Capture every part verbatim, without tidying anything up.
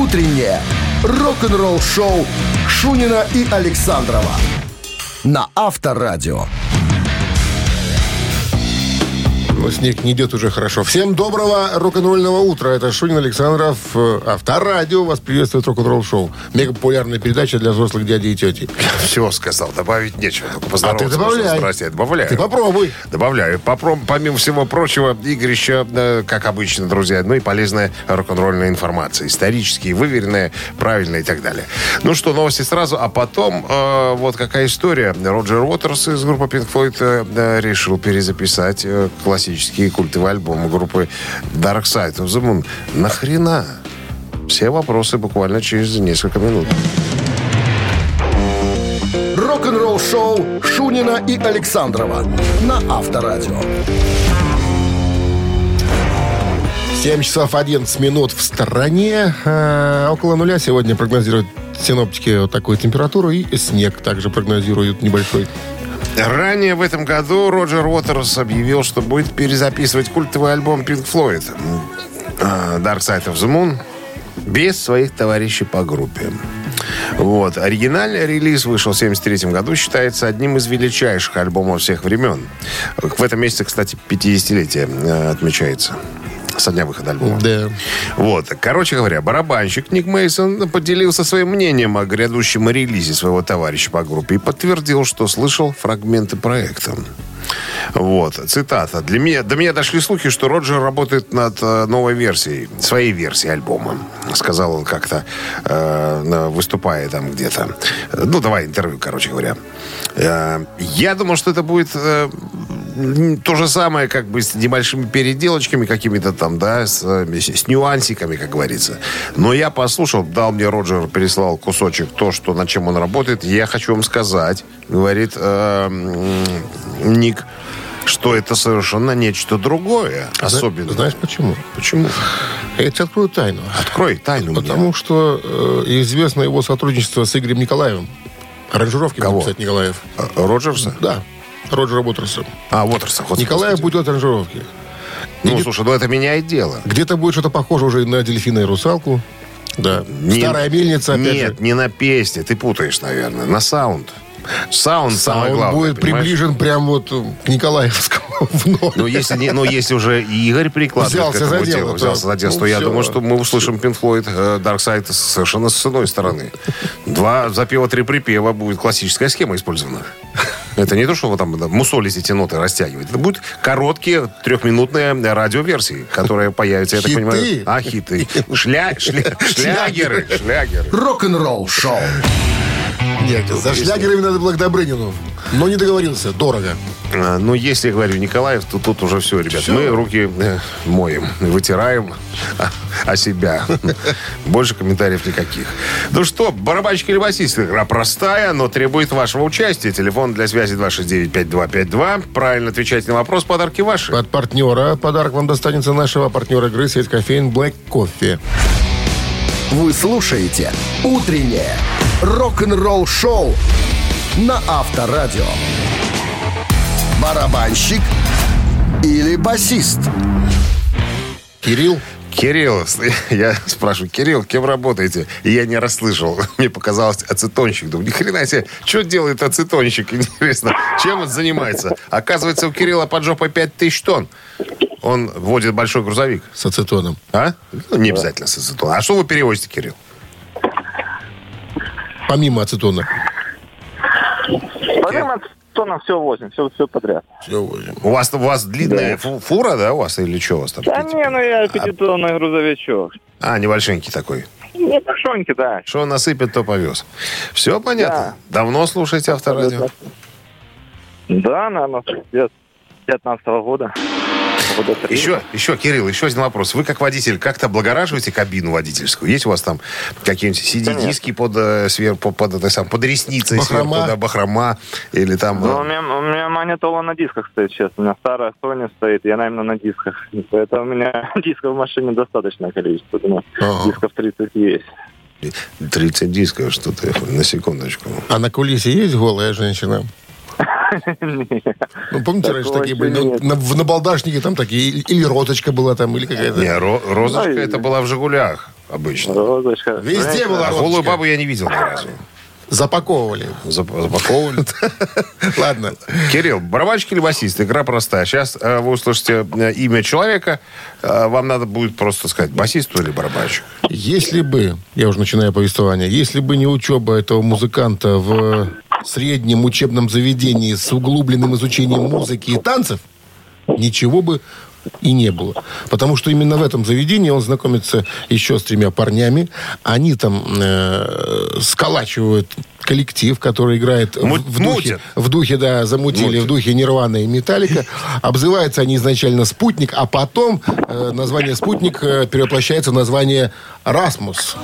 Утреннее рок-н-ролл-шоу Шунина и Александрова на Авторадио. Но снег не идет уже хорошо. Всем доброго рок-н-ролльного утра. Это Шунин, Александров. Авторадио вас приветствует рок-н-ролл-шоу. Мегапопулярная передача для взрослых дядей и тети. Все сказал, добавить нечего. Только А ты добавляй. Добавляю. Ты попробуй. Добавляю. Попроб... Помимо всего прочего, Игорь еще, э, как обычно, друзья, ну и полезная рок-н-ролльная информация. Исторически выверенная, правильная и так далее. Ну что, новости сразу. А потом, э, вот какая история. Роджер Уотерс из группы Pink Floyd э, решил перезаписать э, классический культовый альбом группы Dark Side of the Moon. Нахрена? Все вопросы буквально через несколько минут. Рок-н-ролл-шоу Шунина и Александрова на Авторадио. семь часов одиннадцать минут в стороне. А, около нуля сегодня прогнозируют синоптики вот такую температуру. И снег также прогнозируют небольшой. Ранее в этом году Роджер Уотерс объявил, что будет перезаписывать культовый альбом Pink Floyd Dark Side of the Moon без своих товарищей по группе. Вот. Оригинальный релиз вышел в семьдесят третьем году, считается одним из величайших альбомов всех времен. В этом месяце, кстати, пятидесятилетие отмечается со дня выхода альбома. Да. Вот. Короче говоря, барабанщик Ник Мейсон поделился своим мнением о грядущем релизе своего товарища по группе и подтвердил, что слышал фрагменты проекта. Вот, цитата. Для меня, до меня дошли слухи, что Роджер работает над э, новой версией, своей версией альбома. Сказал он как-то, э, выступая там где-то. Ну, давай интервью, короче говоря. Э, я думал, что это будет э, то же самое, как бы с небольшими переделочками какими-то там, да, с, с нюансиками, как говорится. Но я послушал, дал мне Роджер, переслал кусочек, то, что, над чем он работает. Я хочу вам сказать, говорит э, Ник, что это совершенно нечто другое. Особенно. Знаешь почему? Почему? Я тебе открою тайну. Открой тайну. Потому мне. что э, известно его сотрудничество с Игорем Николаевым. Аранжировки Кого? будет писать Николаев. Роджерса? Да. Роджера Уотерса. А, Уотерса. Николаев будет делать аранжировки. Ну, И слушай, ну это меняет дело. Где-то будет что-то похоже уже на «Дельфина и русалку». Да. Не, Старая мельница, опять Нет, же. не на песне. Ты путаешь, наверное. На саунд. Саунд, самое Он главное. будет понимаешь? приближен прям вот к Николаевскому вновь. Ну, если, не, ну, если уже Игорь прикладывает Взялся к этому за дело, делу, то- взялся за дело, ну, то я все. думаю, что мы услышим Pink Floyd э, Dark Side совершенно с иной стороны. Два запева, три припева, будет классическая схема использована. Это не то, что вы там да, мусолите эти ноты, растягивать. Это будут короткие трехминутные радиоверсии, которые появятся, я так Хиты. понимаю. А, хиты. Шля, шля, шлягеры. Шлягеры. Рок-н-ролл-шоу. Нет, за шлягерами надо было к Добрынину. Но не договорился. Дорого. А, ну, если я говорю Николаев, то тут уже все, ребят. Все. Мы руки э, моем, вытираем о, о себя. Больше комментариев никаких. Ну что, барабанщик или басист? Игра простая, но требует вашего участия. Телефон для связи два шесть девять пять два пять два. Правильно отвечайте на вопрос, подарки ваши. От партнера. Подарок вам достанется нашего партнера игры «Сеть кофеин Black Coffee». Вы слушаете «Утреннее рок-н-ролл-шоу» на Авторадио. Барабанщик или басист? Кирилл. Кирилл, я спрашиваю, Кирилл, кем работаете? И я не расслышал. Мне показалось ацетонщик. Думаю, ни хрена себе, что делает ацетонщик? Интересно, чем он занимается? Оказывается, у Кирилла под жопой пять тысяч тонн. Он водит большой грузовик. С ацетоном. А? Ну, не обязательно с ацетоном. А что вы перевозите, Кирилл? Помимо ацетона. Помимо ацетона все возим, все, все подряд. Все возим. У вас, у вас длинная фу- фура, да, у вас? Или что у вас там? Да не, ну я пятитонный грузовичок. А, небольшенький такой. Не большонький, да. Что насыпет, то повез. Все понятно? Давно слушаете Авторадио? Да, наверное, с девятнадцатого года. Года три. Еще, еще, Кирилл, еще один вопрос. Вы как водитель как-то облагораживаете кабину водительскую? Есть у вас там какие-нибудь си ди-диски под, э, свер, под, под, этой сам, под ресницей Бахрома. сверху, да, бахрома? Или там... Ну, э, у меня, у меня магнитола на дисках стоит сейчас. У меня старая Sony стоит, я, наверное, на дисках. Поэтому у меня дисков в машине достаточное количество. Думаю, Ага. дисков тридцать есть. тридцать дисков, что-то, на секундочку. А на кулисе есть голая женщина? Ну, помните, раньше Такого такие были? еще Ну, нет. на- в набалдашнике там такие, или, или розочка была там, или какая-то. Не, ро- розочка Ну, и- это была в «Жигулях». обычно. Розочка. Везде Знаете, была А голую розочка. бабу я не видел ни разу. Запаковывали. Зап- Запаковывали. Ладно. Кирилл, барабанщик или басист? Игра простая. Сейчас э, вы услышите э, имя человека. Э, вам надо будет просто сказать, басисту или барабанщик. Если бы, я уже начинаю повествование, если бы не учеба этого музыканта в среднем учебном заведении с углубленным изучением музыки и танцев, ничего бы и не было. Потому что именно в этом заведении он знакомится еще с тремя парнями. Они там э, сколачивают коллектив, который играет в, Му- в духе, мутят. в духе, да, замутили, Мутят. в духе Нирвана и Металлика. Обзываются они изначально «Спутник», а потом э, название «Спутник» э, перевоплощается в название «Расмус».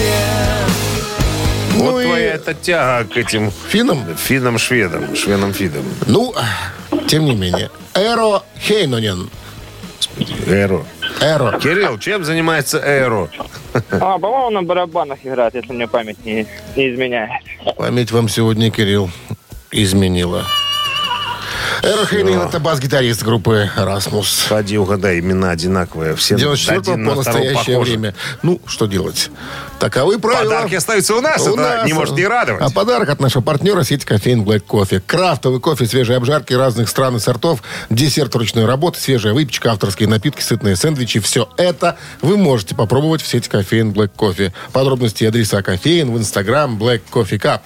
Вот Ну и- твоя эта тяга к этим Финном? финнам-шведам, шведам-фидам. Ну, тем не менее. Эро Хейнонен. Эро. Эро. Кирилл, чем занимается Эро? А, по-моему, на барабанах играет, если мне память не, не изменяет. Память вам сегодня, Кирилл, изменила. Эро Хейнонен — это бас-гитарист группы «Расмус». Ходи, угадай, имена одинаковые. Все девяносто четвёртого один по на второго настоящее похожи. время. Ну, что делать? Таковы правила. Подарки остаются у нас, У это нас. не может не радовать. А подарок от нашего партнера сети кофеин Black Coffee. Крафтовый кофе, свежие обжарки разных стран и сортов, десерт ручной работы, свежая выпечка, авторские напитки, сытные сэндвичи. Все это вы можете попробовать в сети кофеин Black Coffee. Подробности и адреса кофеин в Instagram Black Coffee Cup.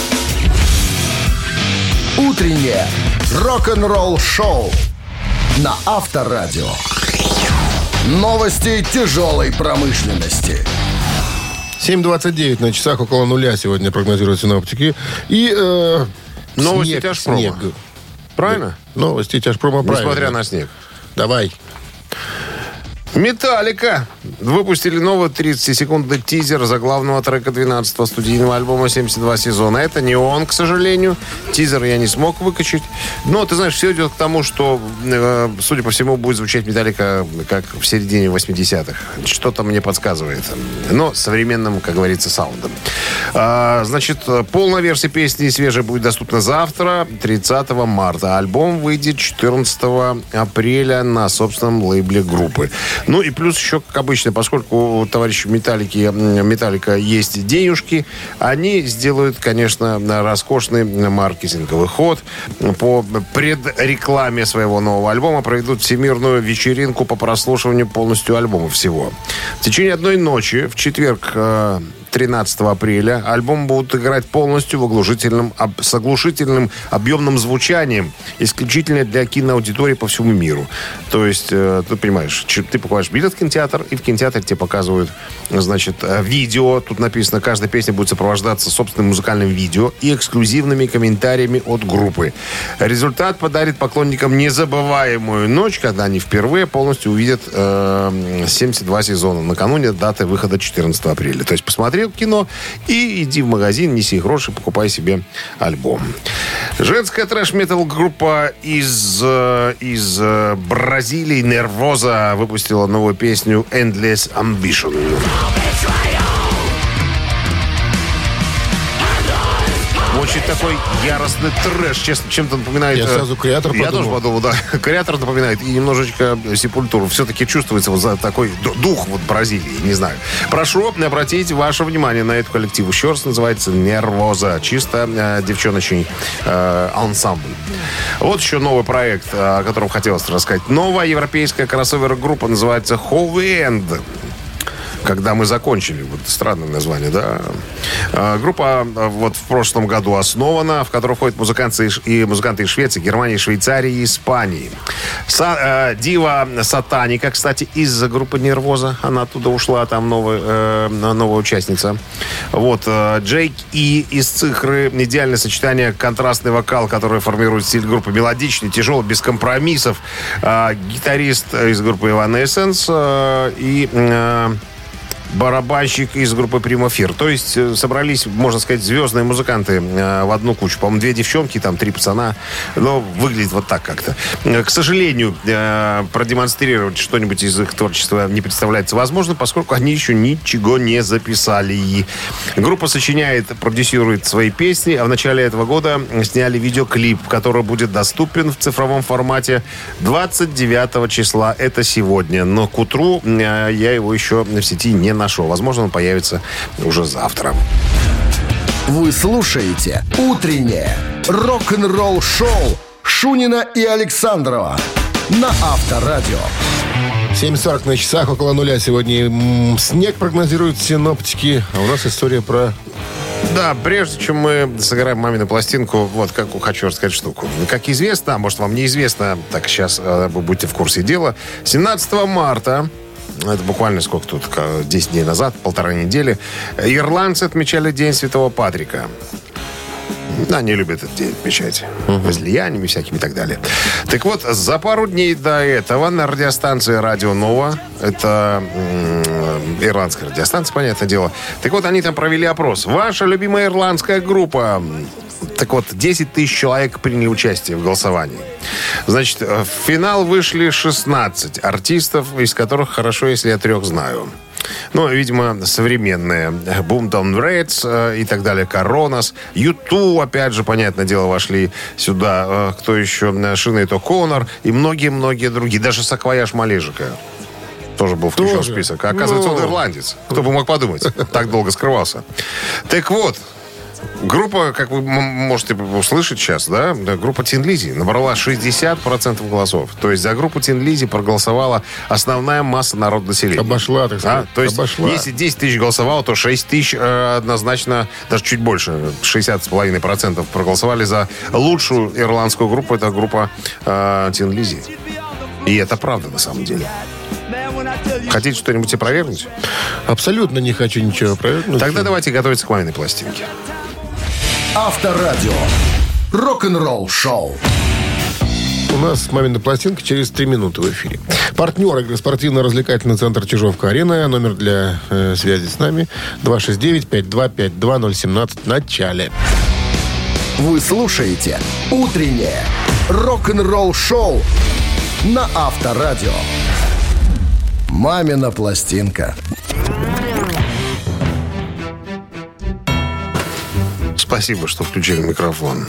Утреннее рок-н-ролл-шоу на Авторадио. Новости тяжелой промышленности. семь двадцать девять на часах, около нуля сегодня прогнозируют синоптики. И э, Новости снег, тяжпрома. снег. Правильно? Новости тяжпрома, правильно. Несмотря на снег. Давай. Металлика выпустили новый тридцатисекундный тизер заглавного трека двенадцатого студийного альбома семьдесят два сезона. Это не он, к сожалению. Тизер я не смог выкачать. Но, ты знаешь, все идет к тому, что, э, судя по всему, будет звучать Металлика как в середине восьмидесятых. Что-то мне подсказывает. Но современным, как говорится, саундом. А, значит, полная версия песни свежая будет доступна завтра, тридцатого марта. Альбом выйдет четырнадцатого апреля на собственном лейбле группы. Ну и плюс еще, как обычно, поскольку у товарищей Металлики, Металлика есть денежки, они сделают, конечно, роскошный маркетинговый ход. По предрекламе своего нового альбома проведут всемирную вечеринку по прослушиванию полностью альбома всего. В течение одной ночи, в четверг, тринадцатого апреля, альбом будут играть полностью в оглушительном, об, с оглушительным объемным звучанием, исключительно для киноаудитории по всему миру. То есть, э, ты понимаешь, ч- ты покупаешь билет в кинотеатр, и в кинотеатре тебе показывают, значит, видео. Тут написано, каждая песня будет сопровождаться собственным музыкальным видео и эксклюзивными комментариями от группы. Результат подарит поклонникам незабываемую ночь, когда они впервые полностью увидят э, семьдесят два сезона. Накануне даты выхода четырнадцатого апреля. То есть, посмотри кино и иди в магазин, неси гроши, покупай себе альбом. Женская трэш-метал группа из, из Бразилии Nervosa выпустила новую песню Endless Ambition. Очень такой яростный трэш, честно, чем-то напоминает... Я э, сразу Креатор Я подумал. тоже подумал, да. Креатор напоминает и немножечко Сепультуру. Все-таки чувствуется вот за такой ду- дух вот Бразилии, не знаю. Прошу обратить ваше внимание на эту коллектив. Еще раз называется Nervosa. Чисто э, девчоночный э, ансамбль. Вот еще новый проект, о котором хотелось рассказать. Новая европейская кроссовер-группа называется Holy End. Когда мы закончили. Вот странное название, да. А, группа а, вот в прошлом году основана, в которую входят музыканты из, и музыканты из Швеции, Германии, Швейцарии и Испании. Са, э, Дива Сатаника, кстати, из группы Nervosa. Она оттуда ушла, там новая, э, новая участница. Вот. Э, Джейк И из Цихры. Идеальное сочетание, контрастный вокал, который формирует стиль группы. Мелодичный, тяжелый, без компромиссов. Э, гитарист из группы Evanescence э, и... Э, барабанщик из группы Primo Fear. То есть э, собрались, можно сказать, звездные музыканты э, в одну кучу. По-моему, две девчонки, там три пацана. Но выглядит вот так как-то. Э, к сожалению, э, продемонстрировать что-нибудь из их творчества не представляется возможным, поскольку они еще ничего не записали. Группа сочиняет, продюсирует свои песни, а в начале этого года сняли видеоклип, который будет доступен в цифровом формате двадцать девятого числа. Это сегодня. Но к утру э, я его еще в сети не нашел. Возможно, он появится уже завтра. Вы слушаете «Утреннее рок-н-ролл-шоу» Шунина и Александрова на Авторадио. семь сорок на часах, около нуля. Сегодня м, снег прогнозируют синоптики. А у нас история про... Да, прежде чем мы сыграем мамину пластинку, вот как хочу рассказать штуку. Как известно, а может вам неизвестно, так сейчас э, вы будете в курсе дела, семнадцатого марта, это буквально сколько тут, десять дней назад, полтора недели, ирландцы отмечали День Святого Патрика. Они любят этот день отмечать. Uh-huh. Возлияниями всякими и так далее. Так вот, за пару дней до этого на радиостанции «Радио Нова», это м- ирландская радиостанция, понятное дело, так вот, они там провели опрос. Ваша любимая ирландская группа. Так вот, десять тысяч человек приняли участие в голосовании. Значит, в финал вышли шестнадцать артистов, из которых хорошо, если я трех знаю. Ну, видимо, современные. Boomtown Rats и так далее. Коронас. ю ту, опять же, понятное дело, вошли сюда. Кто еще? Шинейд О'Коннор и многие-многие другие. Даже Саквояж Малежика тоже был включен тоже в список. А оказывается, он ирландец. Кто бы мог подумать. Так долго скрывался. Так вот, группа, как вы можете услышать сейчас, да, группа Тин Лиззи набрала шестьдесят процентов голосов. То есть за группу Тин Лиззи проголосовала основная масса народа населения. Обошла, так сказать. А? То есть Обошла. Если десять тысяч голосовало, то шесть тысяч э, однозначно, даже чуть больше, шестьдесят с половиной процентов проголосовали за лучшую ирландскую группу. Это группа э, Тин Лиззи. И это правда на самом деле. Хотите что-нибудь опровергнуть? Абсолютно не хочу ничего опровергнуть. Тогда давайте готовиться к маминой пластинке. Авторадио. Рок-н-ролл шоу. У нас «Мамина пластинка» через три минуты в эфире. Партнер игры спортивно-развлекательный центр «Чижовка-Арена». Номер для э, связи с нами два шесть девять пять два пять два ноль один семь в начале. Вы слушаете «Утреннее рок-н-ролл шоу» на Авторадио. «Мамина пластинка». Спасибо, что включили микрофон.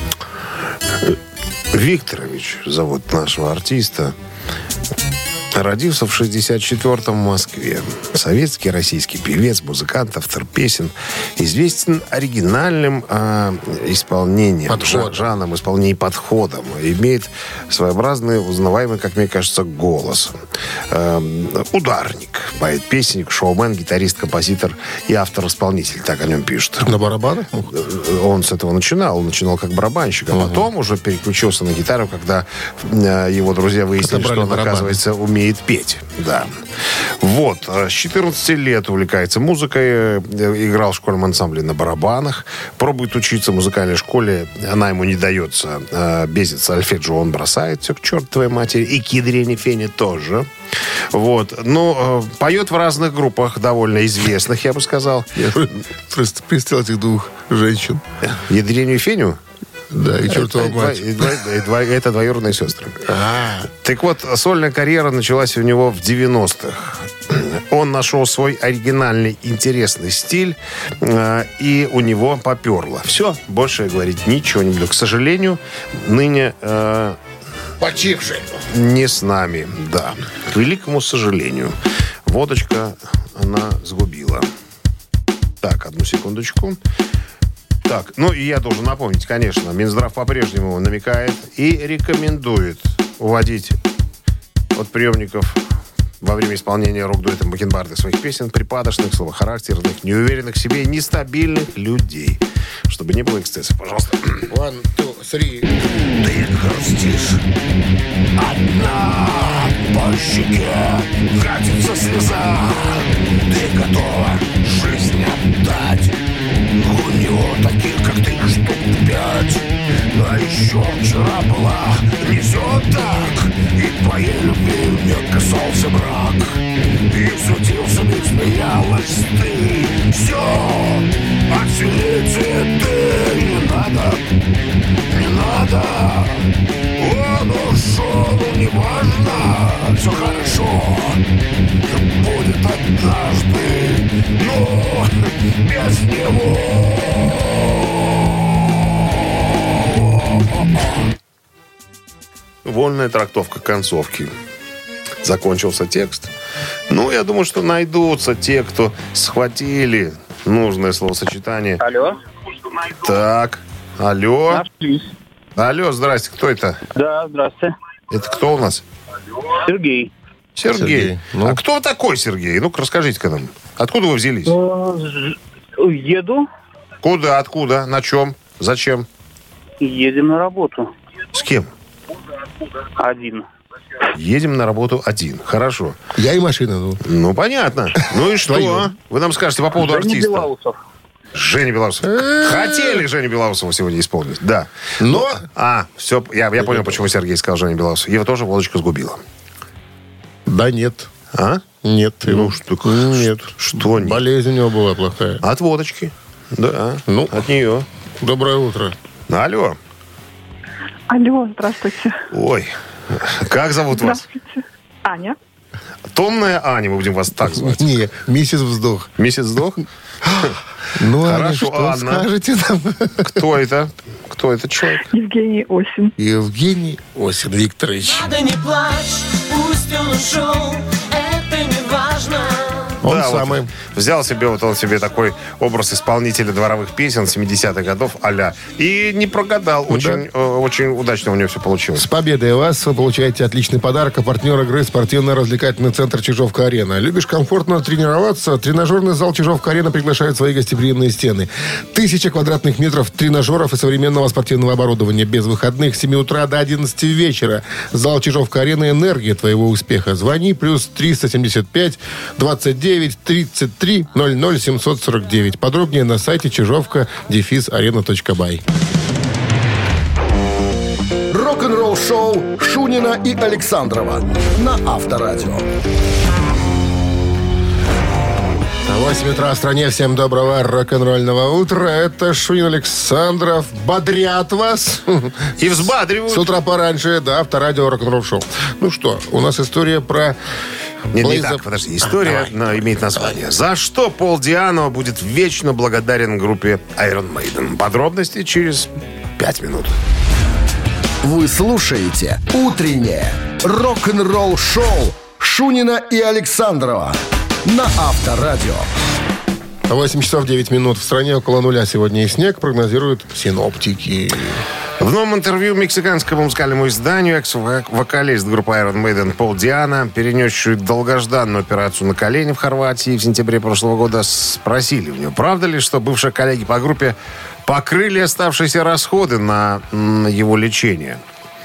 Викторович зовут нашего артиста. Родился в шестьдесят четвёртом в Москве. Советский российский певец, музыкант, автор песен. Известен оригинальным э, исполнением, Подход. жанром исполнения и подходом. Имеет своеобразный, узнаваемый, как мне кажется, голос. Э, ударник, поэт-песенник, шоумен, гитарист, композитор и автор-исполнитель. Так о нем пишут. На барабанах? Он с этого начинал. Он начинал как барабанщик, а угу. потом уже переключился на гитару, когда э, его друзья выяснили, Отобрали что он, барабаны. оказывается, умеет петь, да. Вот. С четырнадцати лет увлекается музыкой, играл в школьном ансамбле на барабанах, пробует учиться в музыкальной школе, она ему не дается. Бесит сольфеджио, он бросает все к чертовой матери. И к ядрене фене тоже. Вот. Но поет в разных группах, довольно известных, я бы сказал. Я просто представил этих двух женщин. Ядрене и феню? Да, и чертова мать. Это двоюродные сестры. А-а-а. Так вот, сольная карьера началась у него в девяностых. Он нашел свой оригинальный, интересный стиль, э, и у него поперло. Все, больше я говорить ничего не буду. К сожалению, ныне... Э, Почивший. Не с нами, да. К великому сожалению. Водочка, она сгубила. Так, одну секундочку. Так, ну и я должен напомнить, конечно, Минздрав по-прежнему намекает и рекомендует уводить от приемников во время исполнения рок-дуэтом Бакенбарды своих песен припадочных, слабохарактерных, неуверенных в себе, нестабильных людей. Чтобы не было эксцессов, пожалуйста. One, two, three. Ты грустишь одна, по щеке катится слеза. Ты готова жизнь отдать. У него таких, как ты, штук пять. А еще вчера была несет так. И твоей любви не касался брак. И светился, и смеялась ты. Все, отселите ты. Не надо, не надо. Он ушел, неважно. Все хорошо, будет однажды, но без него. Вольная трактовка концовки. Закончился текст. Ну, я думаю, что найдутся те, кто схватили нужное словосочетание. Алло. Так, алло. Нашлись. Алло, здрасте, кто это? Да, здравствуйте. Это кто у нас? Сергей. Сергей. Сергей. Ну. А кто такой Сергей? Ну-ка, расскажите-ка нам. Откуда вы взялись? Еду. Куда, откуда, на чем, зачем? Едем на работу. С кем? Один. Едем на работу один. Хорошо. Я и машина. Ну. Ну, понятно. Ну и что? Твоё. Вы нам скажете по поводу Женя артиста. Белоусов. Женя Белоусов. Хотели Женю Белоусова сегодня исполнить, да. Но... А, все, я, я понял, почему Сергей сказал Женя Белоусов. Его тоже водочка сгубила. Да нет. А? Нет. Ну, что, Нет. Что нет? Болезнь у него была плохая. От водочки. Да, Ну. от нее. Доброе утро. Алло. Алло, здравствуйте. Ой, как зовут вас? Здравствуйте. Аня. Томная Аня, мы будем вас так звать. Не, миссис Вздох. Месяц сдох? Ну, Аня, Хорошо, что Анна. скажете нам? Кто это? Кто этот человек? Евгений Осин. Евгений Осин Викторович. Да не плачь, пусть он ушел, это не важно. Он Да, вот самый. взял себе вот он себе такой образ исполнителя дворовых песен семидесятых годов а-ля. И не прогадал. Очень, э, очень удачно у него все получилось. С победой вас вы получаете отличный подарок. А партнер игры спортивно-развлекательный центр «Чижовка-арена». Любишь комфортно тренироваться? Тренажерный зал «Чижовка-арена» приглашает в свои гостеприимные стены. Тысяча квадратных метров тренажеров и современного спортивного оборудования. Без выходных с семи утра до одиннадцати вечера. Зал «Чижовка-арена» — энергия твоего успеха. Звони плюс триста семьдесят пять двадцать девять тридцать три ноль ноль семьсот сорок девять. Подробнее на сайте чижовка дефис арена точка бай. Рок-н-ролл шоу Шунина и Александрова на Авторадио. восемь утра в стране. Всем доброго рок-н-ролльного утра. Это Шунин, Александров. Бодрят вас. И взбадривают. С утра пораньше, да, Авторадио рок-н-ролл шоу. Ну что, у нас история про... Нет, не Блейза- так, подожди. История Давай. но имеет название. За что Пол Диано будет вечно благодарен группе Iron Maiden? Подробности через пять минут. Вы слушаете «Утреннее рок-н-ролл-шоу» Шунина и Александрова на Авторадио. восемь часов девять минут. В стране около нуля сегодня и снег, прогнозируют синоптики. В новом интервью мексиканскому музыкальному изданию экс-вокалист группы Iron Maiden Пол Диано, перенесший долгожданную операцию на колени в Хорватии в сентябре прошлого года, спросили у него, правда ли, что бывшие коллеги по группе покрыли оставшиеся расходы на м, его лечение.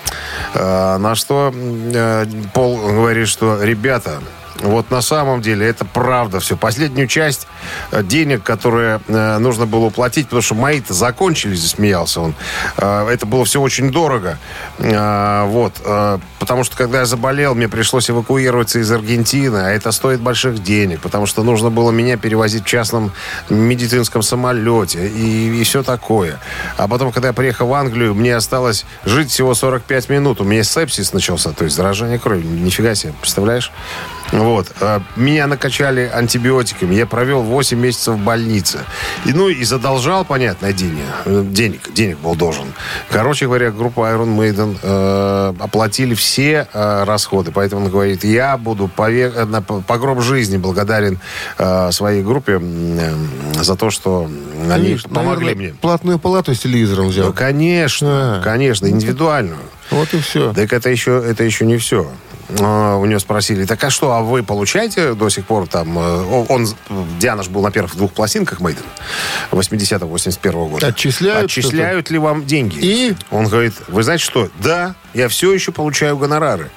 Э, на что э, Пол говорит, что ребята... Вот на самом деле это правда все. Последнюю часть э, денег, которые э, нужно было уплатить, потому что мои-то закончились, засмеялся он. Э, это было все очень дорого. Э, вот. Э, потому что когда я заболел, мне пришлось эвакуироваться из Аргентины, а это стоит больших денег, потому что нужно было меня перевозить в частном медицинском самолете и, и все такое. А потом, когда я приехал в Англию, мне осталось жить всего сорок пять минут. У меня сепсис начался, то есть заражение крови. Нифига себе, представляешь? Вот. Меня накачали антибиотиками. Я провел восемь месяцев в больнице. И, ну, и задолжал, понятное, денег. Денег, денег был должен. Короче говоря, группа Iron Maiden э, оплатили все э, расходы. Поэтому он говорит, я буду повек, на, по гроб жизни благодарен э, своей группе э, за то, что они Конечно, помогли наверное, мне. Платную палату с телевизором взял. Ну, конечно, А. конечно, индивидуальную. Вот и все. Так это еще, это еще не все. А, у нее спросили, так а что, а вы получаете до сих пор там... э, Он, Диана же был на первых двух пластинках Мейден восьмидесятого восемьдесят первого года. Отчисляют Отчисляют ли вам деньги? И? Он говорит, вы знаете что? Да, я все еще получаю гонорары.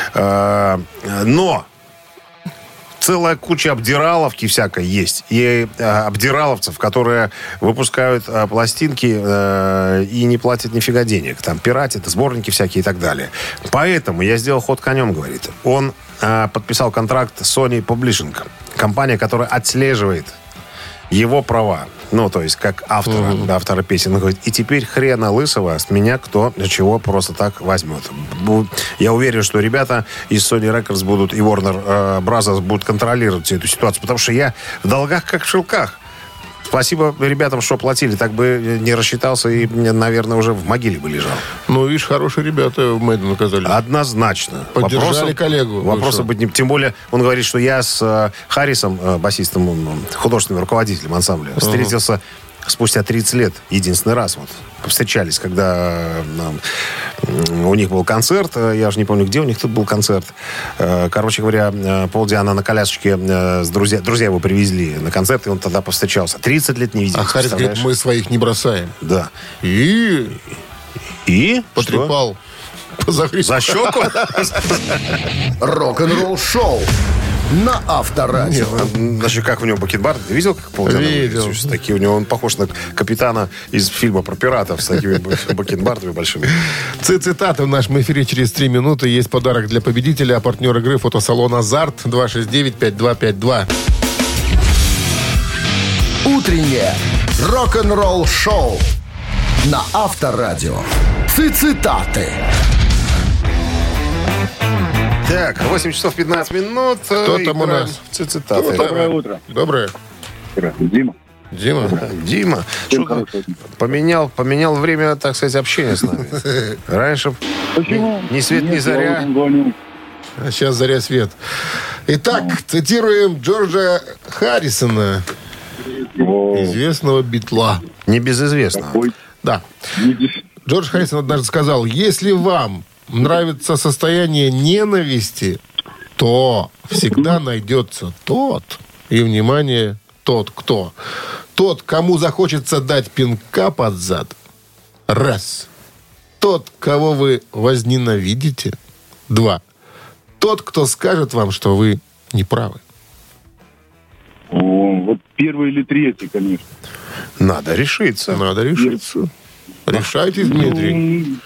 А, но... Целая куча обдираловки всякой есть. И э, обдираловцев, которые выпускают э, пластинки э, и не платят нифига денег. Там пиратят, сборники всякие и так далее. Поэтому я сделал ход конем, говорит. Он э, подписал контракт с Sony Publishing. Компания, которая отслеживает его права. Ну, то есть, как автора, mm-hmm. автора песен. Он говорит, и теперь хрена лысого с меня кто чего просто так возьмет. Я уверен, что ребята из Sony Records будут и Warner э, Brothers будут контролировать всю эту ситуацию, потому что я в долгах как в шелках. Спасибо ребятам, что платили. Так бы не рассчитался и, наверное, уже в могиле бы лежал. Ну, видишь, хорошие ребята в Мэйден оказались. Однозначно. Поддержали Вопросов- коллегу. Вопроса Вы быть не... Тем более, он говорит, что я с э, Харрисом, э, басистом, м, художественным руководителем ансамбля, встретился спустя тридцать лет. Единственный раз вот. Встречались, когда э, у них был концерт. э, Я уже не помню, где у них тут был концерт. Э, Короче говоря, э, полдиана на колясочке э, с друзья, друзья его привезли на концерт, и он тогда повстречался. тридцать лет не виделись. А Харрис говорит, представляешь? мы своих не бросаем. Да. И И? потрепал по Что? За щеку? Рок-н-ролл шоу на Авторадио. Значит, как у него бакенбарды? Ты видел, как полдиана Видел. выглядит? Такие у него, он похож на капитана из фильма про пиратов с такими бакенбардами большими. Цитаты в нашем эфире через три минуты. Есть подарок для победителя. А партнер игры фотосалон «Азарт» два шесть девять пять два пять два. Утреннее рок-н-ролл шоу на Авторадио. Цитаты. Так, восемь часов пятнадцать минут. Кто там у нас? Цитаты. Доброе утро. Доброе. Дима. Дима. Дима, Всем что ты хорошего дня. поменял, поменял время, так сказать, общения с нами. Раньше Почему? ни свет, ни Нет, я заря. очень звоню. А сейчас заря свет. Итак, цитируем Джорджа Харрисона, О, известного битла. Небезызвестно. ой, Да. видишь, Джордж Харрисон однажды сказал, если вам нравится состояние ненависти, то всегда найдется тот, и, внимание, тот кто? Тот, кому захочется дать пинка под зад. Раз. Тот, кого вы возненавидите. Два. Тот, кто скажет вам, что вы неправы. о, вот первый или третий, конечно. Надо решиться. Надо решиться. Решайте, Дмитрий.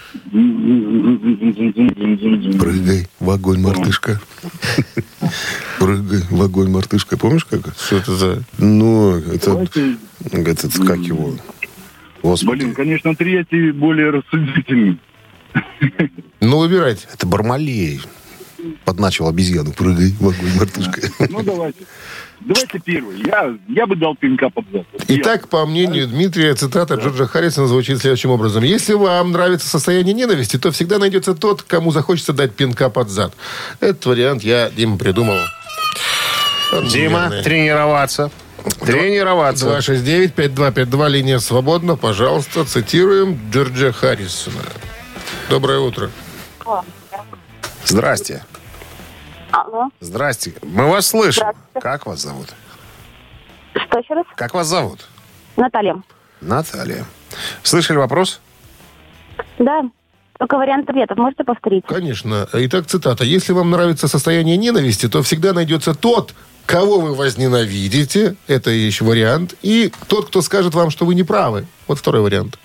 Прыгай в огонь, мартышка. Прыгай в огонь, мартышка. Помнишь, как? Что это за... Ну, это... Давайте, Этот, как его? Господи. блин, конечно, третий более рассудительный. Ну, выбирайте. Это Бармалей. Подначил обезьяну. Прыгай в огонь, мартышка. Ну, давайте. Давайте первый. Я, я бы дал пинка под зад. Вот Итак, по мнению Дмитрия, цитата Джорджа Харрисона звучит следующим образом. Если вам нравится состояние ненависти, то всегда найдется тот, кому захочется дать пинка под зад. Этот вариант я, Дима, придумал. Дима, Наверное. тренироваться. Тренироваться. два шесть девять пять два пять два, линия свободна. Пожалуйста, цитируем Джорджа Харрисона. Доброе утро. Здрасте. Алло. Здрасте. Мы вас слышим. Здравствуйте. Как вас зовут? Что еще раз? Как вас зовут? Наталья. Наталья. Слышали вопрос? Да. Только вариант ответов можете повторить? Конечно. Итак, цитата. Если вам нравится состояние ненависти, то всегда найдется тот, кого вы возненавидите. Это еще вариант. И тот, кто скажет вам, что вы не правы. Вот второй вариант.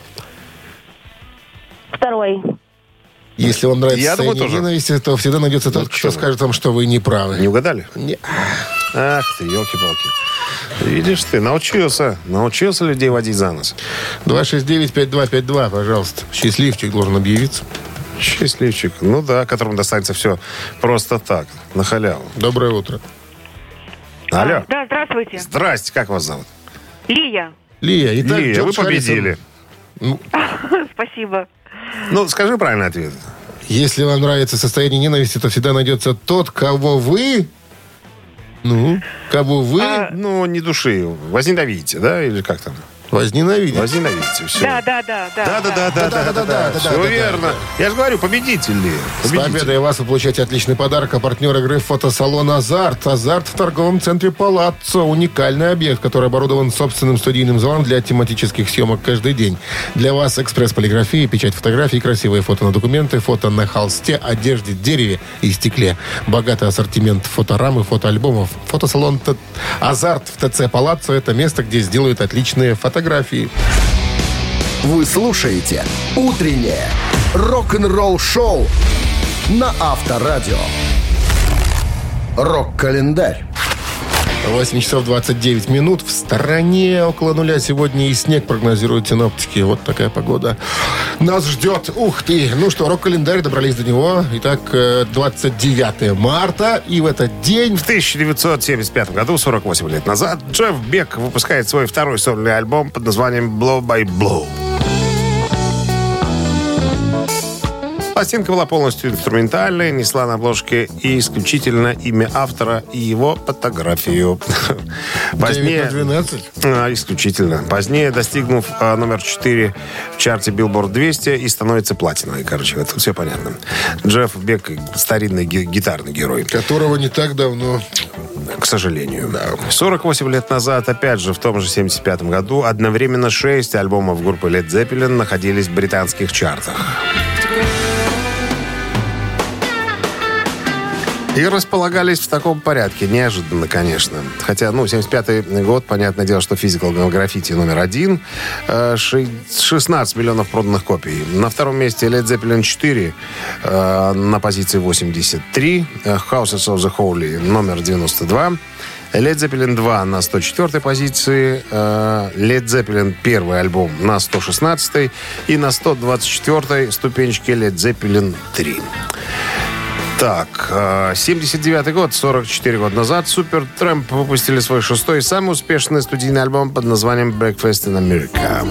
Второй. Если вам нравится Я думаю, состояние тоже. ненависти, то всегда найдется тот, Ну, кто чё вы. скажет вам, что вы не правы. Не угадали? Не. Ах ты, елки-палки. Видишь ты, научился. Научился людей водить за нос. два шесть девять пять два пять два, пожалуйста. Счастливчик должен объявиться. Счастливчик. Ну да, которому достанется все просто так, на халяву. Доброе утро. Алло. Да, здравствуйте. Здрасте, как вас зовут? Лия. Лия, итак, Лия, вы Джордж победили. Харрисон. Ну, Спасибо. Ну, скажи правильный ответ. если вам нравится состояние ненависти, то всегда найдется тот, кого вы... Ну, кого вы А, Ну, не души. Возненавидите, да? Или как там? возненавидите. Возненавидите, все. Да, да, да, да. Да-да-да-да-да-да. Все верно. Я же говорю, победитель ли? С победой вас вы получаете отличный подарок. А партнер игры фотосалон «Азарт». «Азарт» в торговом центре «Палаццо». Уникальный объект, который оборудован собственным студийным залом для тематических съемок каждый день. Для вас экспресс-полиграфия, печать фотографий, красивые фото на документы, фото на холсте, одежде, дереве и стекле. Богатый ассортимент фоторам и фотоальбомов. Фотосалон Т- «Азарт» в ТЦ «Палаццо» — это место, где сделают отличные фотографии. Вы слушаете «Утреннее рок-н-ролл-шоу» на Авторадио. Рок-календарь. восемь часов двадцать девять минут. В стороне около нуля сегодня и снег прогнозируют синоптики. Вот такая погода нас ждет. Ух ты! Ну что, рок-календарь, добрались до него. Итак, двадцать девятое марта. И в этот день... В тысяча девятьсот семьдесят пятом году, сорок восемь лет назад, Джефф Бек выпускает свой второй сольный альбом под названием «Blow by Blow». Пластинка была полностью инструментальной, несла на обложке и исключительно имя автора и его фотографию. Позднее... двенадцать? А, исключительно. Позднее, достигнув а, номер четыре в чарте Billboard двести, и становится платиновой. Короче, это все понятно. Джефф Бек — старинный ги- гитарный герой. Которого не так давно... К сожалению. Да. сорок восемь лет назад, опять же, в том же семьдесят пятом году, одновременно шесть альбомов группы Led Zeppelin находились в британских чартах. И располагались в таком порядке. Неожиданно, конечно. Хотя, ну, семьдесят пятый год, понятное дело, что Physical Graffiti номер один. шестнадцать миллионов проданных копий. На втором месте Led Zeppelin четыре на позиции восемьдесят три. Houses of the Holy номер девяносто два. Led Zeppelin два на сто четвёртой позиции. Led Zeppelin первый альбом на сто шестнадцатой. И на сто двадцать четвёртой ступенечке Led Zeppelin три. Так, семьдесят девятый год, сорок четыре года назад, Supertramp выпустили свой шестой и самый успешный студийный альбом под названием «Breakfast in America».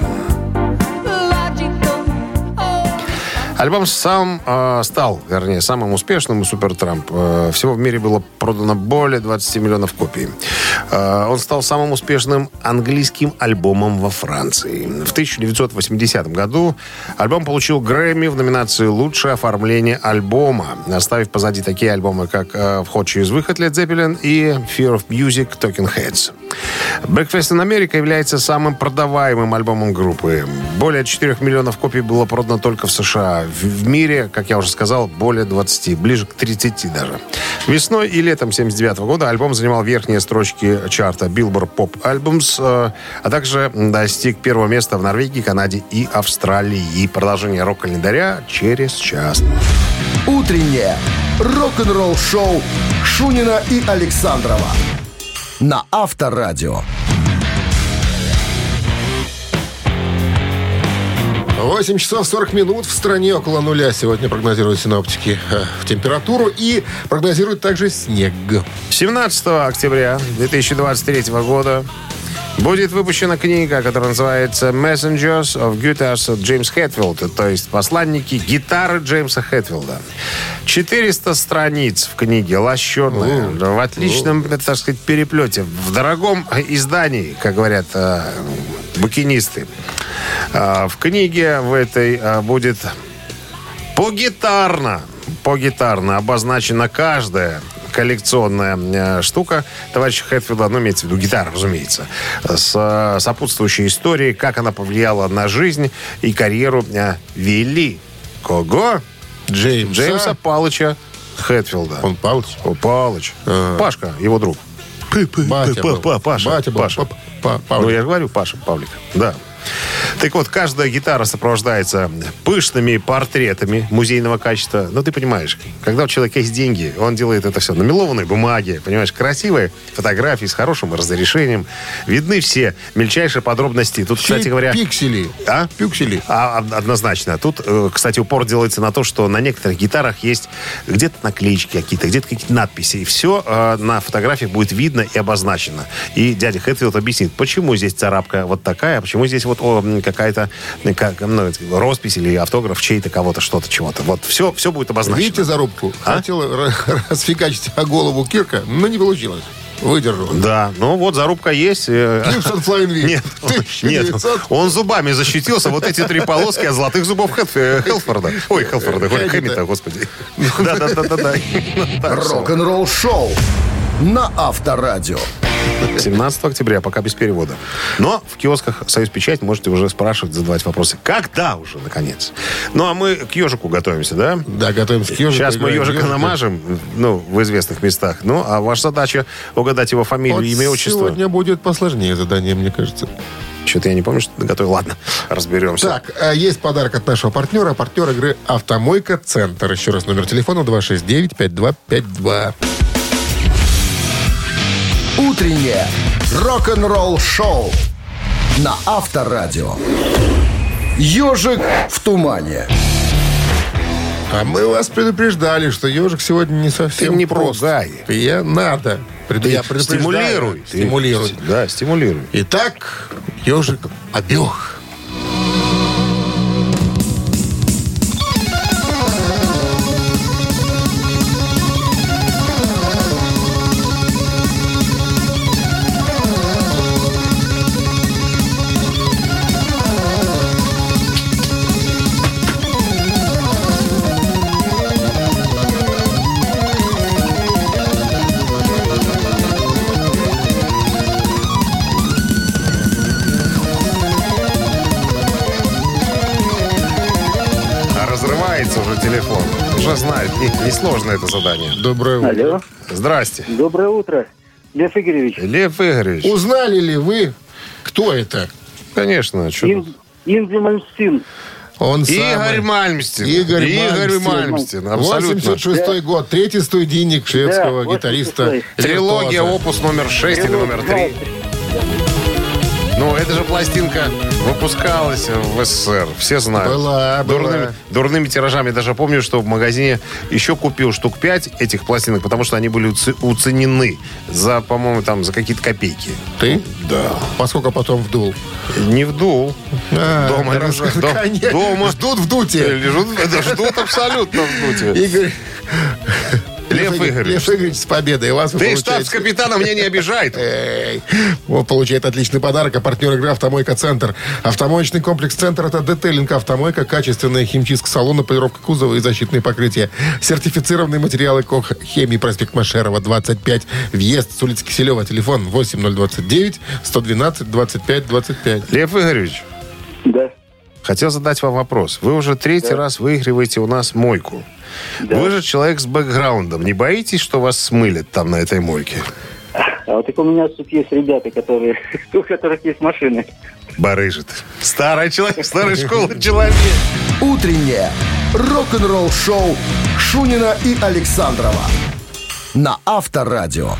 Альбом сам э, стал, вернее, самым успешным у Supertramp. Э, всего в мире было продано более двадцать миллионов копий. Э, он стал самым успешным английским альбомом во Франции. В тысяча девятьсот восьмидесятом году альбом получил Грэмми в номинации «Лучшее оформление альбома», оставив позади такие альбомы, как э, «Вход через выход» Led Zeppelin и «Fear of Music» Talking Heads. «Breakfast in America» является самым продаваемым альбомом группы. Более четырёх миллионов копий было продано только в США. В мире, как я уже сказал, более двадцати, ближе к тридцати даже. Весной и летом семьдесят девятого года альбом занимал верхние строчки чарта Billboard Pop Albums, а также достиг первого места в Норвегии, Канаде и Австралии. Продолжение рок-календаря через час. Утреннее рок-н-ролл-шоу Шунина и Александрова на Авторадио. восемь часов сорок минут. В стране около нуля сегодня прогнозируют синоптики э, температуру и прогнозируют также снег. семнадцатого октября две тысячи двадцать третьего года будет выпущена книга, которая называется «Messengers of Guitars» Джеймс Хэтфилд, то есть «Посланники гитары» Джеймса Хэтфилда. четыреста страниц в книге, лощеная, в отличном, так сказать, переплете, в дорогом издании, как говорят э, букинисты. Э, в книге в этой э, будет погитарно, погитарно обозначена каждая коллекционная э, штука товарища Хэтфилда, ну, имеется в виду гитара, разумеется, с э, сопутствующей историей, как она повлияла на жизнь и карьеру э, вели. Кого? Джеймса, Джеймса Палыча Хэтфилда. Он Палыч? О, Палыч. А. Пашка, его друг. Батя был. Паша. Батя был. Паша. Па- па- Павлик. Ну, я же говорю, Паша, Павлик. Да. Так вот, каждая гитара сопровождается пышными портретами музейного качества. Ну, ты понимаешь, когда у человека есть деньги, он делает это все на мелованной бумаге, понимаешь, красивые фотографии с хорошим разрешением. Видны все мельчайшие подробности. Тут, кстати говоря... Пиксели. А? Пиксели. А, однозначно. Тут, кстати, упор делается на то, что на некоторых гитарах есть где-то наклеечки какие-то, где-то какие-то надписи. И все э, на фотографиях будет видно и обозначено. И дядя Хэтфилд объяснит, почему здесь царапка вот такая, а почему здесь вот о, какая-то как, ну, роспись или автограф чей-то, кого-то, что-то, чего-то. Вот все, все будет обозначено. Видите зарубку? А? Хотел расфигачить о голову Кирка, но не получилось. Выдержал. Да, ну вот зарубка есть. Гибсон Флайнви. Нет, нет, он зубами защитился. Вот эти три полоски от золотых зубов Хэтф- Хелфорда. Ой, Хелфорда, Хэммита, господи. Да-да-да-да. Рок-н-ролл шоу на Авторадио. семнадцатого октября, пока без перевода. Но в киосках «Союз Печать» можете уже спрашивать, задавать вопросы. Когда уже, наконец? Ну, а мы к ежику готовимся, да? Да, готовимся к ежику. Сейчас мы ежика ежика намажем, ну, в известных местах. Ну, а ваша задача угадать его фамилию, Вот имя, отчество. сегодня будет посложнее задание, мне кажется. Что-то я не помню, что ты готовил. Ладно, разберемся. Так, а есть подарок от нашего партнера. Партнер игры «Автомойка Центр». Еще раз номер телефона два шесть девять пять два пять два. Утреннее рок-н-ролл-шоу на Авторадио. «Ежик в тумане». А мы вас предупреждали, что ежик сегодня не совсем Ты не прост. пугай. Я надо. Пред... Ты Я предупреждаю. стимулируй. Ты- Стимулируй. Да, стимулируй. Итак, ежик обег. А разрывается уже телефон. Уже знает, не- несложно это задание. Доброе утро. Алло. Здрасте. Доброе утро, Лев Игоревич. Лев Игоревич. Узнали ли вы, кто это? Конечно. Чё тут? Ин- Инзи Мальмстин. Он Игорь самый. Мальмстин. Игорь Игорь Мальмстин. Мальмстин. Абсолютно. восемьдесят шестой год. Третий студийник шведского Да, гитариста. восемьдесят шестой. Трилогия, Виртуоза. опус номер шесть или номер три. Ну, эта же пластинка выпускалась в СССР. Все знают. Была, была. Дурными, дурными тиражами. Даже помню, что в магазине еще купил штук пять этих пластинок, потому что они были уц- уценены за, по-моему, там, за какие-то копейки. Ты? Да. Поскольку потом вдул. Не вдул. А, Дома, хорошо. дом- Конечно. дома. Ждут в дуте. Лежут, да, ждут абсолютно в дуте. Игорь... Лев Игоревич. Лев Игоревич, с победой. Вас вы Ты получаете- штабс-капитана меня не обижает. Эй, он получает отличный подарок. А партнер игры «Автомойка Центр». Автомоечный комплекс «Центр» — это детейлинг «Автомойка», качественная химчистка салона, полировка кузова и защитные покрытия. Сертифицированные материалы КОХ «Хемии», проспект Машерова, двадцать пять. Въезд с улицы Киселева. Телефон восемь ноль двадцать девять сто двенадцать двадцать пять двадцать пять. Лев Игоревич, Да. хотел задать вам вопрос. Вы уже третий раз выигрываете у нас мойку. Вы же человек с бэкграундом. Не боитесь, что вас смылят там на этой мойке? А вот так у меня тут есть ребята, которые, у которых есть машины. Барыжит. Старый человек, старой школы человек. Утреннее рок-н-ролл-шоу Шунина и Александрова на Авторадио.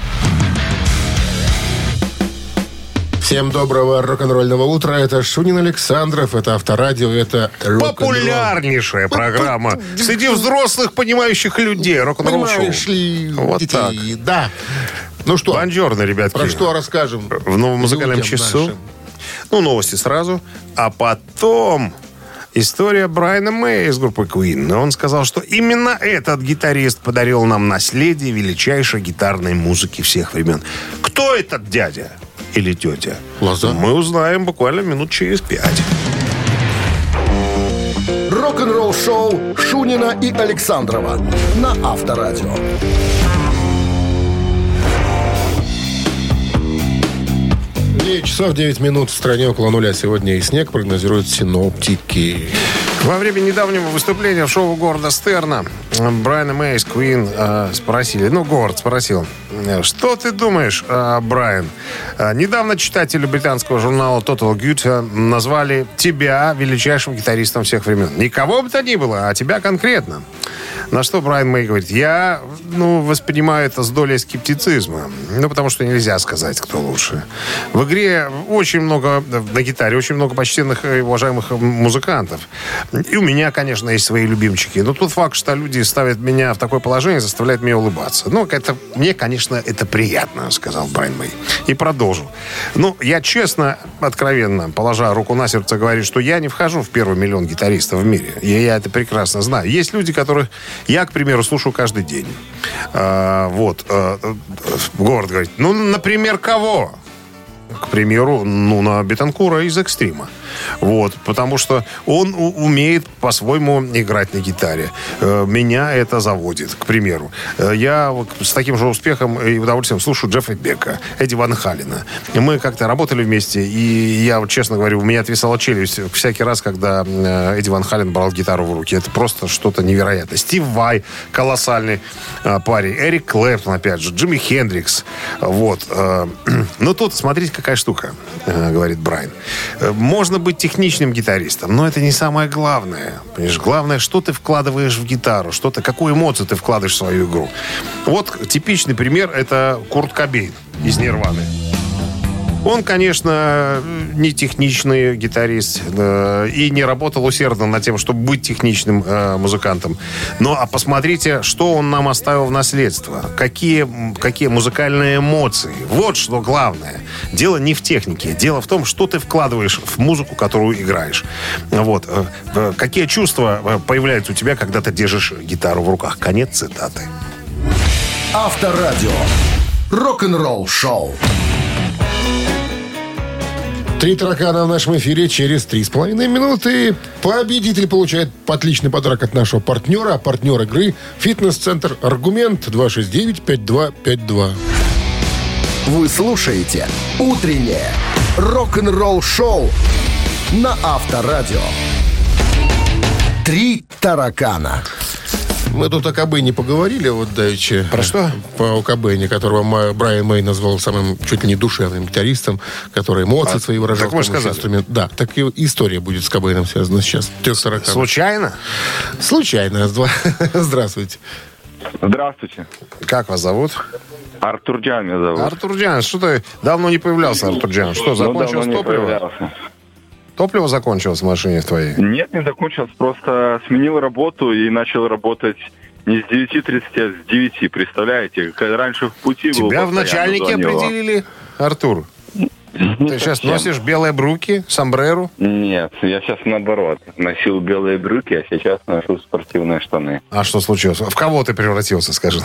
Всем доброго рок-н-ролльного утра. Это Шунин Александров, это Авторадио, это рок-н-ролл. Популярнейшая программа среди взрослых, понимающих людей. Рок-н-ролл шоу. Понимаешь ли, Вот детей. Да. Ну что, Бонжорно, ребятки. про что расскажем? В новом музыкальном людям часу. нашим? Ну, новости сразу. А потом история Брайана Мэя из группы Queen. Он сказал, что именно этот гитарист подарил нам наследие величайшей гитарной музыки всех времен. Кто этот дядя или тетя? Лоза. Мы узнаем буквально минут через пять. Рок-н-ролл-шоу Шунина и Александрова на Авторадио. девять часов девять минут в стране около нуля. Сегодня и снег прогнозируют синоптики. Во время недавнего выступления в шоу Говарда Стерна Брайана Мэя из Queen э, спросили, ну, Говард спросил, что ты думаешь, э, Брайан? Э, недавно читатели британского журнала Total Guitar назвали тебя величайшим гитаристом всех времен. Никого бы то ни было, а тебя конкретно. На что Брайан Мэй говорит, я, ну, воспринимаю это с долей скептицизма. Ну, потому что нельзя сказать, кто лучше. В игре очень много, на гитаре очень много почтенных и уважаемых музыкантов. И у меня, конечно, есть свои любимчики. Но тот факт, что люди ставят меня в такое положение, заставляет меня улыбаться. Ну, это, мне, конечно, это приятно, сказал Брайан Мэй. И продолжил. Ну, я честно, откровенно, положа руку на сердце, говорю, что я не вхожу в первый миллион гитаристов в мире. И я это прекрасно знаю. Есть люди, которых я, к примеру, слушаю каждый день. А, вот. А, Говард говорит, ну, например, кого? К примеру, ну, на Бетанкура из «Экстрима». Вот, потому что он у- умеет по-своему играть на гитаре. Э, Меня это заводит, к примеру. Э, Я вот с таким же успехом и удовольствием слушаю Джеффа Бека, Эдди Ван Халлена. Мы как-то работали вместе, и я, вот, честно говорю, у меня отвисала челюсть всякий раз, когда э, Эдди Ван Халлен брал гитару в руки. Это просто что-то невероятное. Стив Vai, колоссальный э, парень. Эрик Клэптон, опять же. Джимми Хендрикс. Вот. э, Но тут, смотрите, какая штука, э, говорит Брайан. Э, Можно быть техничным гитаристом, но это не самое главное. Понимаешь, главное, что ты вкладываешь в гитару, что ты, какую эмоцию ты вкладываешь в свою игру. Вот типичный пример — это Курт Кобейн из «Нирваны». Он, конечно, не техничный гитарист э, и не работал усердно над тем, чтобы быть техничным э, музыкантом. Но а посмотрите, что он нам оставил в наследство. Какие, какие музыкальные эмоции. Вот что главное. Дело не в технике. Дело в том, что ты вкладываешь в музыку, которую играешь. Вот. Э, какие чувства появляются у тебя, когда ты держишь гитару в руках. Конец цитаты. Авторадио. Рок-н-ролл шоу. Три таракана в нашем эфире через три с половиной минуты. Победитель получает отличный подарок от нашего партнера. Партнер игры — фитнес-центр «Аргумент». два шесть девять пять два пять два. Вы слушаете «Утреннее рок-н-ролл шоу» на Авторадио. Три таракана. Мы тут о Кобейне поговорили вот давеча. Про что? По Кобейне, которого Брайан Мэй назвал самым чуть ли не душевным гитаристом, который эмоции А, свои выражал. так мы же сказали. Инструмент. Да, так и история будет с Кобейном связана сейчас. Трех тараканов. Случайно? Случайно. Здравствуйте. Здравствуйте. Как вас зовут? Артур Джан меня зовут. Артур Джан, что ты давно не появлялся, Артур Джан? Что, закончилось ну, топливо? Появлялся. Топливо закончилось в машине в твоей? Нет, не закончилось. Просто сменил работу и начал работать не с девяти тридцати, а с девяти. Представляете? Когда раньше в пути был. Тебя в начальнике определили, Артур? Ты сейчас носишь белые брюки, сомбреру? Нет, я сейчас наоборот. Носил белые брюки, а сейчас ношу спортивные штаны. А что случилось? В кого ты превратился, скажи?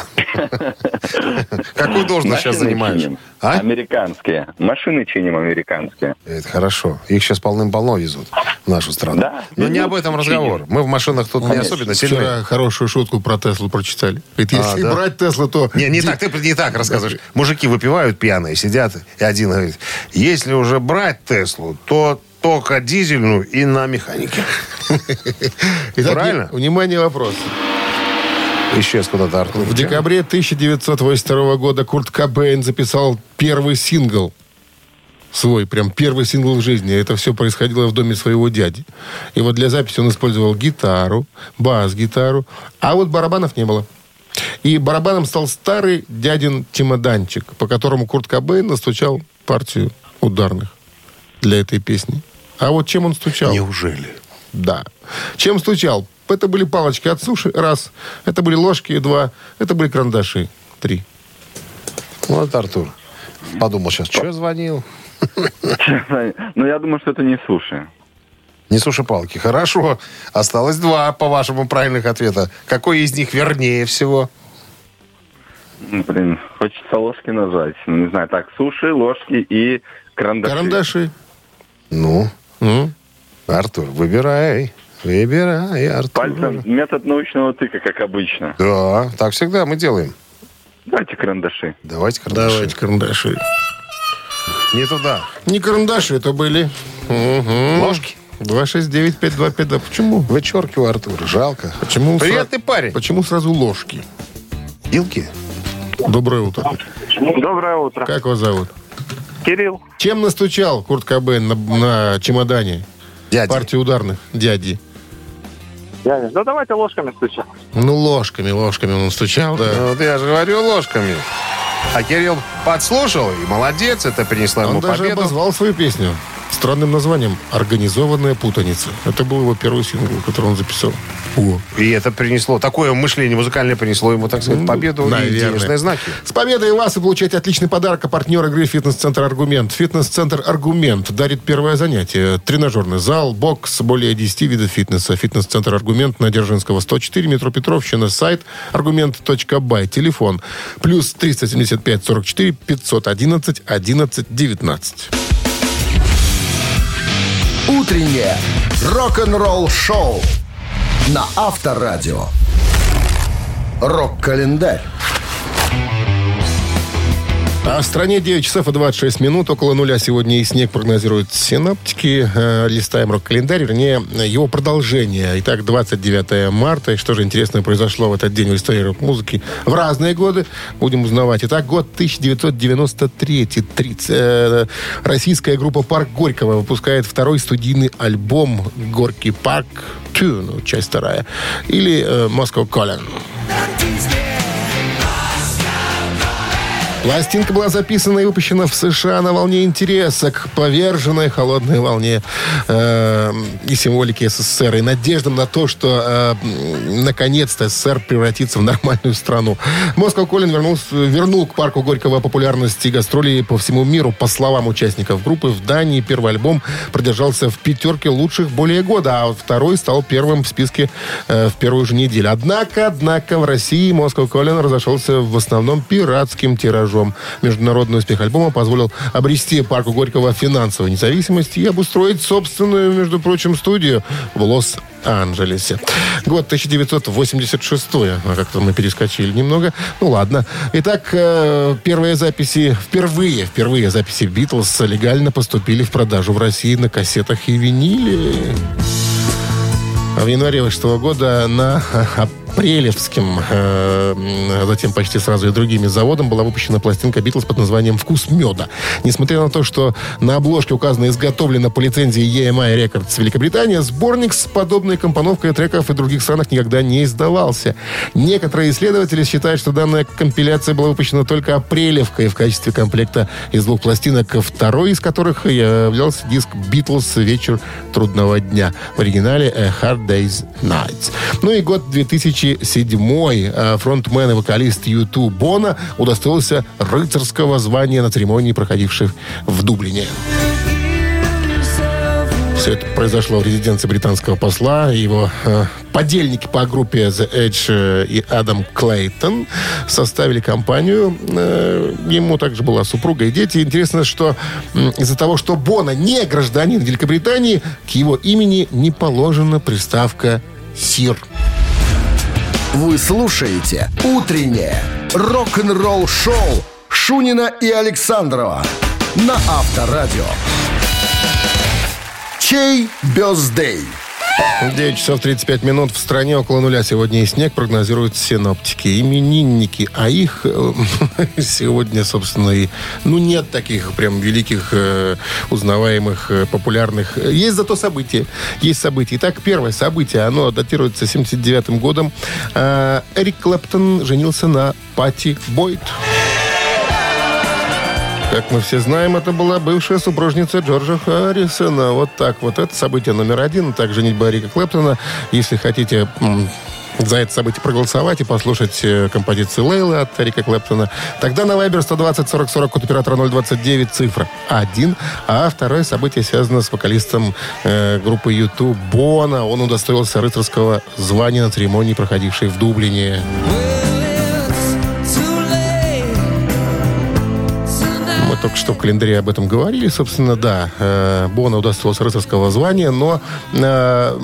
Какую должность сейчас занимаешь? Американские. Машины чиним американские. Это хорошо. Их сейчас полным-полно везут в нашу страну. Да. Но не об этом разговор. Мы в машинах тут не особенно сильны. Вчера хорошую шутку про Теслу прочитали. Ведь А, если да? брать Теслу, то... Не, не так, ты не так рассказываешь. Мужики выпивают пьяные, сидят, и один говорит: если уже брать Теслу, то только дизельную и на механике. Итак, Правильно? Внимание, вопрос. Исчез куда-то Артур. В декабре тысяча девятьсот восемьдесят второго года Курт Кобейн записал первый сингл. Свой, прям первый сингл в жизни. Это все происходило в доме своего дяди. И вот для записи он использовал гитару, бас-гитару, а вот барабанов не было. И барабаном стал старый дядин чемоданчик, по которому Курт Кобейн настучал партию ударных для этой песни. А вот чем он стучал? Неужели? Да. Чем стучал? Это были палочки от суши, раз. Это были ложки, два. Это были карандаши, три. Вот Артур подумал сейчас, что я звонил? Ну, я думаю, что это не суши. Не суши-палки. Хорошо. Осталось два, по-вашему, правильных ответа. Какой из них вернее всего? Блин, хочется ложки назвать. Ну, не знаю, так, суши, ложки и карандаши. Карандаши. Ну, М? Артур, выбирай. Выбирай, Артур. Пальцем метод научного тыка, как обычно. Да, так всегда мы делаем. Давайте карандаши. Давайте карандаши. Давайте карандаши. Не туда. Не карандаши, это были... Угу. Ложки. два шесть девять пять два пять два. Почему? Вычеркиваю, Артур. Жалко. Почему Приятный сра- парень. Почему сразу ложки? Вилки? Доброе утро. Доброе утро. Как вас зовут? Кирилл. Чем настучал Курт Кобейн на, на чемодане? Дядя. Партию ударных дяди. Дядя, да давайте ложками стучать. Ну, ложками, ложками он стучал, да. Ну, вот я же говорю ложками. А Кирилл подслушал, и молодец, это принесло ему Он даже победу. обозвал свою песню странным названием «Организованная путаница». Это был его первый сингл, который он записал. О. И это принесло, такое мышление музыкальное принесло ему, так сказать, победу и Наверное. денежные знаки. С победой вас вы получаете отличный подарок. А партнер игры «Фитнес-центр Аргумент». «Фитнес-центр Аргумент» дарит первое занятие. Тренажерный зал, бокс, более десяти видов фитнеса. «Фитнес-центр Аргумент» на Дзержинского, сто четыре, метро Петровщина. Сайт аргумент точка бай. Телефон плюс триста семьдесят пять сорок четыре пятьсот одиннадцать одиннадцать девятнадцать. Утреннее рок-н-ролл-шоу на Авторадио. Рок-календарь. А в стране девять часов и двадцать шесть минут. Около нуля сегодня и снег прогнозируют синоптики. Э, листаем рок-календарь, вернее, его продолжение. Итак, двадцать девятое марта. И что же интересное произошло в этот день в истории рок-музыки? В разные годы будем узнавать. Итак, год тысяча девятьсот девяносто третий. тридцать, э, российская группа «Парк Горького» выпускает второй студийный альбом «Горький парк два», ну, часть вторая. Или э, «Moscow Calling». Пластинка была записана и выпущена в США на волне интереса к поверженной холодной волне э, и символике СССР, и надеждам на то, что э, наконец-то СССР превратится в нормальную страну. Moscow Calling вернул, вернул к парку Горького популярность и гастроли по всему миру. По словам участников группы, в Дании первый альбом продержался в пятерке лучших более года, а второй стал первым в списке э, в первую же неделю. Однако, однако в России Moscow Calling разошелся в основном пиратским тиражом. Международный успех альбома позволил обрести парку Горького финансовую независимость и обустроить собственную, между прочим, студию в Лос-Анджелесе. Год тысяча девятьсот восемьдесят шестой. А как-то мы перескочили немного. Ну ладно. Итак, первые записи, впервые, впервые записи «Битлз» легально поступили в продажу в России на кассетах и виниле. В январе шестого года на Апрелевским, э, затем почти сразу и другими заводам была выпущена пластинка «Битлз» под названием «Вкус меда». Несмотря на то, что на обложке указано «изготовлено по лицензии и эм ай Records Великобритания», сборник с подобной компоновкой треков и в других странах никогда не издавался. Некоторые исследователи считают, что данная компиляция была выпущена только Апрелевкой в качестве комплекта из двух пластинок, второй из которых являлся диск «Битлз. Вечер трудного дня». В оригинале «A Hard Day's Night». Ну и год две тысячи седьмой. Фронтмен и вокалист ю ту Бона удостоился рыцарского звания на церемонии, проходившей в Дублине. Все это произошло в резиденции британского посла. Его э, подельники по группе The Edge э, и Адам Клейтон составили компанию. Э, ему также была супруга и дети. Интересно, что э, из-за того, что Бона не гражданин Великобритании, к его имени не положена приставка «Сир». Вы слушаете «Утреннее рок-н-ролл-шоу» Шунина и Александрова на Авторадио. Чей бёздей? девять часов тридцать пять минут. В стране около нуля сегодня и снег, прогнозируют синоптики. Именинники, а их э, сегодня, собственно, и ну нет таких прям великих, э, узнаваемых, э, популярных. Есть зато события. Есть события. Итак, первое событие, оно датируется семьдесят девятым годом. Э, Эрик Клэптон женился на Патти Бойд. Как мы все знаем, это была бывшая супружница Джорджа Харрисона. Вот так вот. Это событие номер один. Так, женитьба Эрика Клэптона. Если хотите м- за это событие проголосовать и послушать э, композицию Лейлы от Эрика Клэптона, тогда на Вайбер сто двадцать сорок сорок, код оператора ноль двадцать девять, цифра один. А второе событие связано с вокалистом э, группы ю ту Бона. Он удостоился рыцарского звания на церемонии, проходившей в Дублине. Только что в календаре об этом говорили. Собственно, да, э, Бона удостоился рыцарского звания, но э,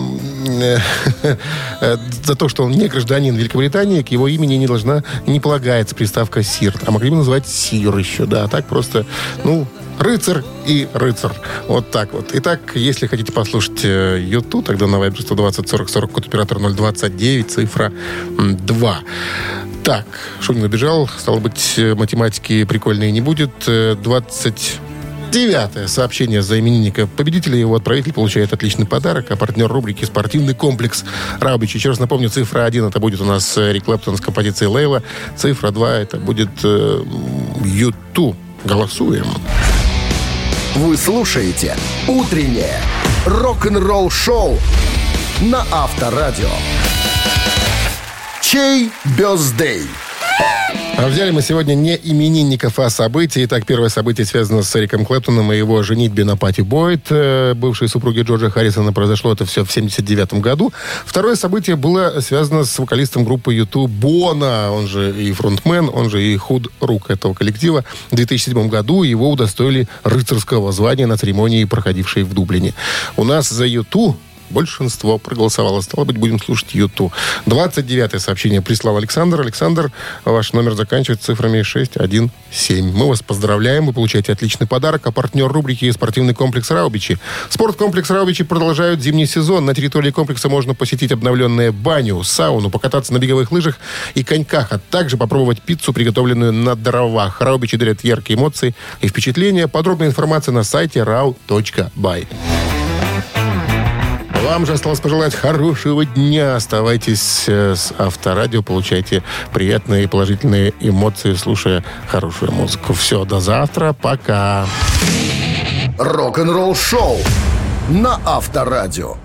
э, за то, что он не гражданин Великобритании, к его имени не должна, не полагается приставка «Сир». А могли бы назвать «Сир» еще, да. Так просто, ну, рыцарь и рыцарь. Вот так вот. Итак, если хотите послушать ю ту, тогда на Вайбер сто двадцать сорок сорок, код оператора ноль двадцать девять, цифра два. Так, Шунин убежал. Стало быть, математики прикольные не будет. двадцать девятое сообщение за именинника победителя. Его отправитель получает отличный подарок. А партнер рубрики «Спортивный комплекс Раубич». Еще раз напомню, цифра один это будет у нас Эрик Клэптон с композицией «Лейла». Цифра два это будет э, ю ту. Голосуем. Вы слушаете «Утреннее рок-н-ролл-шоу» на Авторадио. Чей бёздей? А взяли мы сегодня не именинников, а события. Итак, первое событие связано с Эриком Клэптоном и его женитьбе на Патти Бойд, бывшей супруге Джорджа Харрисона. Произошло это все в семьдесят девятом году. Второе событие было связано с вокалистом группы ю ту Бона, он же и фронтмен, он же и худ-рук этого коллектива. В две тысячи седьмом году его удостоили рыцарского звания на церемонии, проходившей в Дублине. У нас за ю ту большинство проголосовало. Стало быть, будем слушать Юту. двадцать девятое сообщение прислал Александр. Александр, ваш номер заканчивается цифрами шесть один семь. Мы вас поздравляем. Вы получаете отличный подарок. А партнер рубрики «Спортивный комплекс Раубичи». Спорткомплекс Раубичи продолжают зимний сезон. На территории комплекса можно посетить обновленную баню, сауну, покататься на беговых лыжах и коньках, а также попробовать пиццу, приготовленную на дровах. Раубичи дарят яркие эмоции и впечатления. Подробная информация на сайте рау точка бай. Вам же осталось пожелать хорошего дня. Оставайтесь с Авторадио, получайте приятные и положительные эмоции, слушая хорошую музыку. Все, до завтра, пока. Рок-н-ролл шоу на Авторадио.